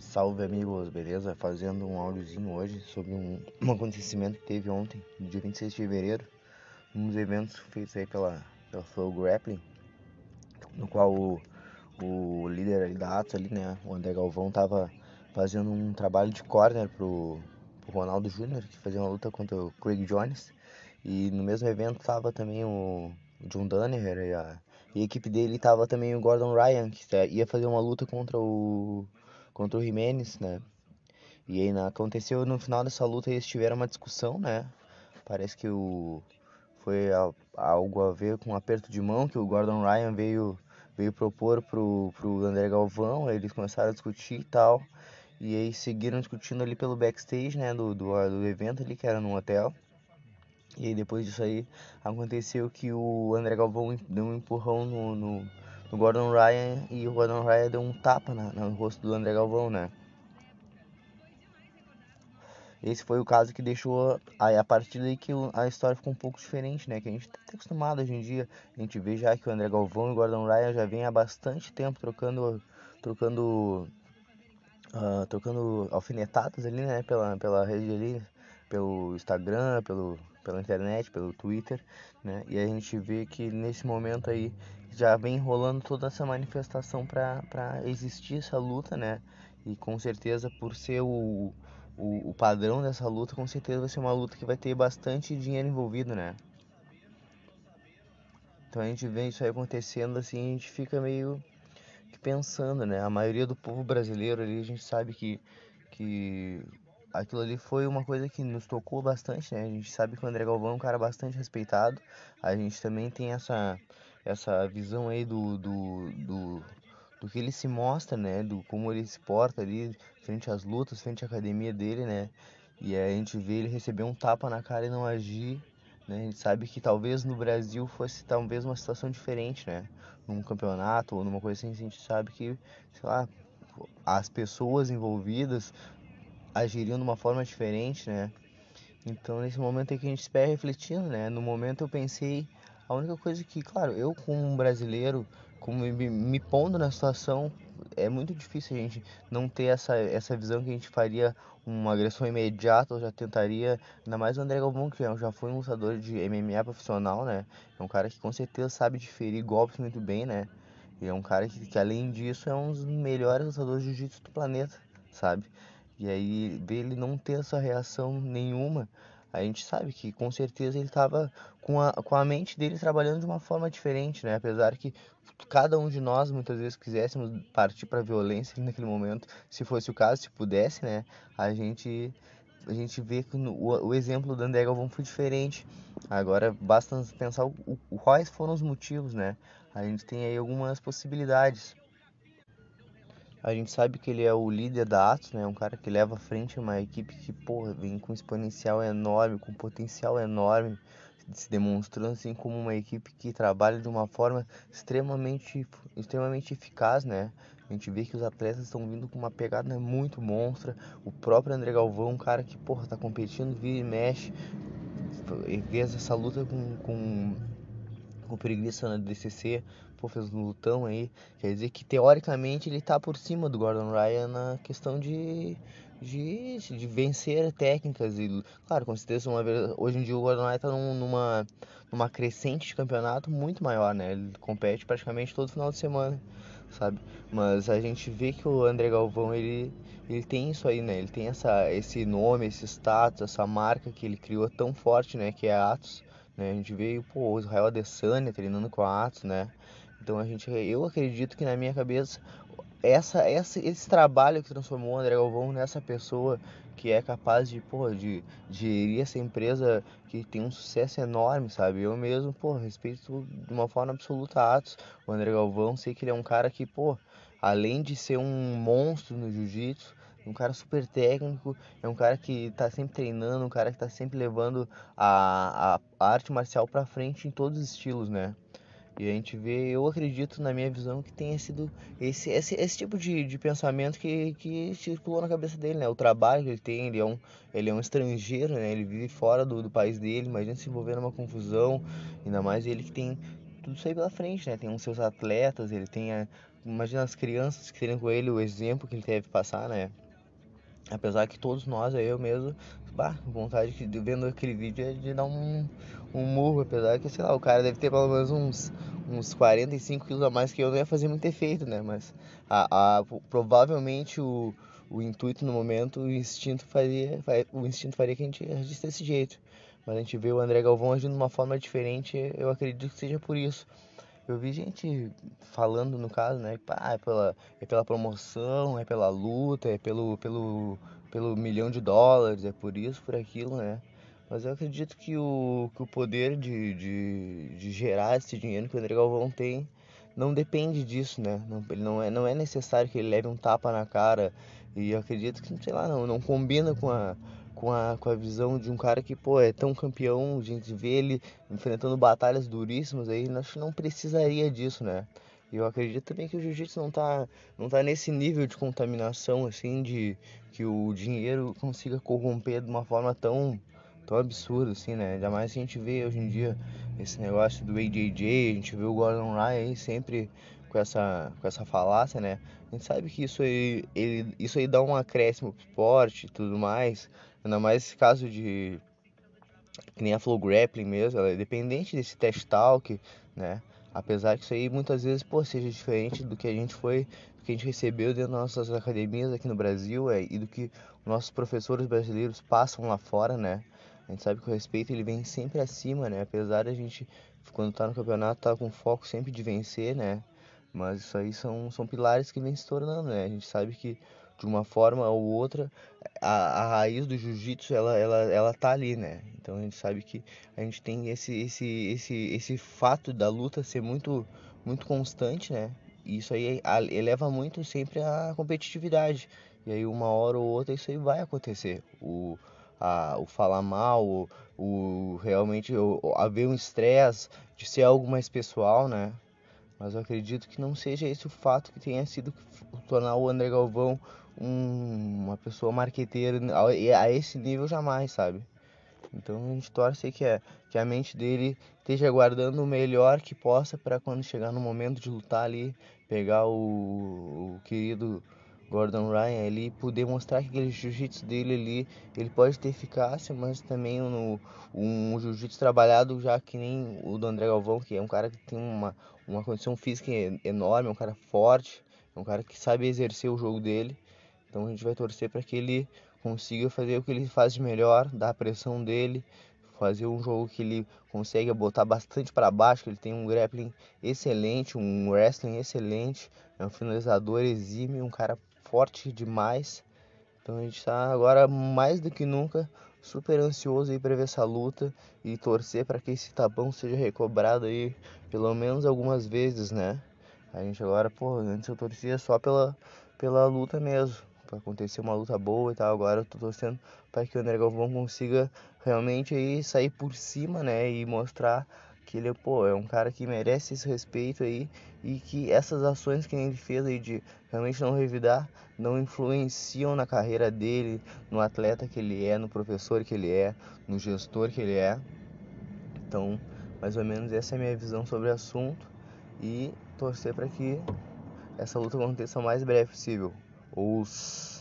Salve amigos, beleza? Fazendo um áudiozinho hoje sobre um acontecimento que teve ontem, no dia 26 de fevereiro, um dos eventos feitos aí pela Flow Grappling, no qual o líder ali da Atos ali, né, o André Galvão, tava fazendo um trabalho de corner pro Ronaldo Júnior, que fazia uma luta contra o Craig Jones, e no mesmo evento tava também o John Danaher e a equipe dele tava também o Gordon Ryan, que ia fazer uma luta contra o Jimenez, né? E aí aconteceu no final dessa luta eles tiveram uma discussão, né? Parece que algo a ver com um aperto de mão que o Gordon Ryan veio propor pro André Galvão, aí eles começaram a discutir e tal. E aí seguiram discutindo ali pelo backstage, né, do evento ali, que era num hotel. E aí depois disso aí aconteceu que o André Galvão deu um empurrão no Gordon Ryan e o Gordon Ryan deu um tapa no rosto do André Galvão, né? Esse foi o caso que deixou aí a partir daí que a história ficou um pouco diferente, né? Que a gente tá até acostumado hoje em dia. A gente vê já que o André Galvão e o Gordon Ryan já vêm há bastante tempo trocando, trocando alfinetadas ali, né? Pela rede ali, pelo Instagram, pela internet, pelo Twitter, né? E a gente vê que nesse momento aí já vem rolando toda essa manifestação para existir essa luta, né? E com certeza por ser o padrão dessa luta, com certeza vai ser uma luta que vai ter bastante dinheiro envolvido, né? Então a gente vê isso aí acontecendo assim, a gente fica meio que pensando, né? A maioria do povo brasileiro ali, a gente sabe que aquilo ali foi uma coisa que nos tocou bastante, né? A gente sabe que o André Galvão é um cara bastante respeitado. A gente também tem essa visão aí do que ele se mostra, né? Do como ele se porta ali frente às lutas, frente à academia dele, né? E aí a gente vê ele receber um tapa na cara e não agir, né? A gente sabe que talvez no Brasil fosse talvez uma situação diferente, né? Num campeonato ou numa coisa assim, a gente sabe que, sei lá, as pessoas envolvidas agiriam de uma forma diferente, né? Então nesse momento é que a gente se pega refletindo, né? No momento eu pensei, a única coisa que, claro, eu como um brasileiro, como me pondo na situação, é muito difícil a gente não ter essa visão que a gente faria uma agressão imediata, ou já tentaria, ainda mais o André Galvão, que já foi um lutador de MMA profissional, né? É um cara que com certeza sabe diferir golpes muito bem, né? E é um cara que além disso é um dos melhores lutadores de jiu-jitsu do planeta, sabe? E aí ver ele não ter essa reação nenhuma, a gente sabe que com certeza ele estava com a mente dele trabalhando de uma forma diferente, né? Apesar que cada um de nós muitas vezes quiséssemos partir para violência naquele momento, se fosse o caso, se pudesse, né? A gente a gente vê que o exemplo do André Galvão foi diferente. Agora basta pensar quais foram os motivos, né? A gente tem aí algumas possibilidades. A gente sabe que ele é o líder da Atos, né? Um cara que leva à frente uma equipe que, porra, vem com um exponencial enorme, com um potencial enorme, se demonstrando assim como uma equipe que trabalha de uma forma extremamente eficaz, né? A gente vê que os atletas estão vindo com uma pegada muito monstra. O próprio André Galvão, um cara que, porra, tá competindo, vira e mexe, e vê essa luta com preguiça na DCC, pô, fez um lutão aí. Quer dizer que teoricamente ele tá por cima do Gordon Ryan na questão de vencer técnicas. E, claro, com certeza, hoje em dia o Gordon Ryan tá numa crescente de campeonato muito maior, né? Ele compete praticamente todo final de semana, sabe? Mas a gente vê que o André Galvão, ele tem isso aí, né? Ele tem esse nome, esse status, essa marca que ele criou tão forte, né? Que é a Atos, né? A gente veio, pô, o Israel Adesanya treinando com a Atos, né? Então eu acredito que na minha cabeça esse trabalho que transformou o André Galvão nessa pessoa que é capaz de, pô, de gerir essa empresa que tem um sucesso enorme, sabe? Eu mesmo, pô, respeito de uma forma absoluta a Atos, o André Galvão, sei que ele é um cara que, pô, além de ser um monstro no jiu-jitsu, um cara super técnico, é um cara que tá sempre treinando, um cara que tá sempre levando a arte marcial pra frente em todos os estilos, né? E a gente vê, eu acredito na minha visão que tenha sido esse tipo de pensamento que circulou na cabeça dele, né? O trabalho que ele tem, ele é um estrangeiro, né? Ele vive fora do país dele, imagina se envolver numa confusão, ainda mais ele que tem tudo isso aí pela frente, né? Tem os seus atletas, ele tem imagina as crianças que teriam com ele, o exemplo que ele teve que passar, né? Apesar que todos nós, eu mesmo, vontade de vendo aquele vídeo é de dar um murro, apesar que, sei lá, o cara deve ter pelo menos uns 45 quilos a mais que eu, não ia fazer muito efeito, né? Mas provavelmente o intuito no momento, o instinto faria que a gente agisse desse jeito. Mas a gente vê o André Galvão agindo de uma forma diferente, eu acredito que seja por isso. Eu vi gente falando, no caso, né, que é pela promoção, é pela luta, é pelo milhão de dólares, é por isso, por aquilo, né? Mas eu acredito que o poder de gerar esse dinheiro que o André Galvão tem não depende disso, né? Ele não é necessário que ele leve um tapa na cara. E eu acredito que, sei lá, não combina com a visão de um cara que, pô, é tão campeão, a gente vê ele enfrentando batalhas duríssimas aí, acho que não precisaria disso, né? E eu acredito também que o jiu-jitsu não tá nesse nível de contaminação, assim, de que o dinheiro consiga corromper de uma forma tão absurda, assim, né? Ainda mais que a gente vê hoje em dia esse negócio do AJJ, a gente vê o Gordon Ryan aí sempre com essa falácia, né? A gente sabe que isso aí dá um acréscimo pro esporte e tudo mais, ainda mais esse caso que nem a Flow Grappling mesmo, ela é dependente desse test talk, né? Apesar que isso aí muitas vezes, pô, seja diferente do que a gente recebeu dentro das nossas academias aqui no Brasil, e do que os nossos professores brasileiros passam lá fora, né? A gente sabe que o respeito ele vem sempre acima, né? Apesar da gente, quando tá no campeonato, tá com foco sempre de vencer, né? Mas isso aí são pilares que vem se tornando, né? A gente sabe que de uma forma ou outra a raiz do jiu-jitsu ela tá ali, né? Então a gente sabe que a gente tem esse fato da luta ser muito constante, né? E isso aí eleva muito sempre a competitividade. E aí uma hora ou outra isso aí vai acontecer. O falar mal, realmente haver um estresse de ser algo mais pessoal, né? Mas eu acredito que não seja esse o fato que tenha sido tornar o André Galvão uma pessoa marqueteira a esse nível jamais, sabe? Então a gente torce que a mente dele esteja guardando o melhor que possa para quando chegar no momento de lutar ali, pegar o querido Gordon Ryan ali e poder mostrar que aquele jiu-jitsu dele ali, ele pode ter eficácia, mas também um jiu-jitsu trabalhado já que nem o do André Galvão, que é um cara que tem uma condição física enorme, é um cara forte, é um cara que sabe exercer o jogo dele. Então a gente vai torcer para que ele consiga fazer o que ele faz de melhor, dar a pressão dele, fazer um jogo que ele consegue botar bastante para baixo, que ele tem um grappling excelente, um wrestling excelente, é um finalizador exímio, um cara forte demais. Então a gente está agora mais do que nunca super ansioso aí para ver essa luta e torcer para que esse tapão seja recobrado aí pelo menos algumas vezes, né? A gente agora, pô, antes eu torcia só pela luta mesmo, para acontecer uma luta boa e tal. Agora eu tô torcendo para que o André Galvão consiga realmente aí sair por cima, né, e mostrar que ele, pô, é um cara que merece esse respeito aí e que essas ações que ele fez aí de realmente não revidar não influenciam na carreira dele, no atleta que ele é, no professor que ele é, no gestor que ele é. Então, mais ou menos essa é a minha visão sobre o assunto e torcer para que essa luta aconteça o mais breve possível. Os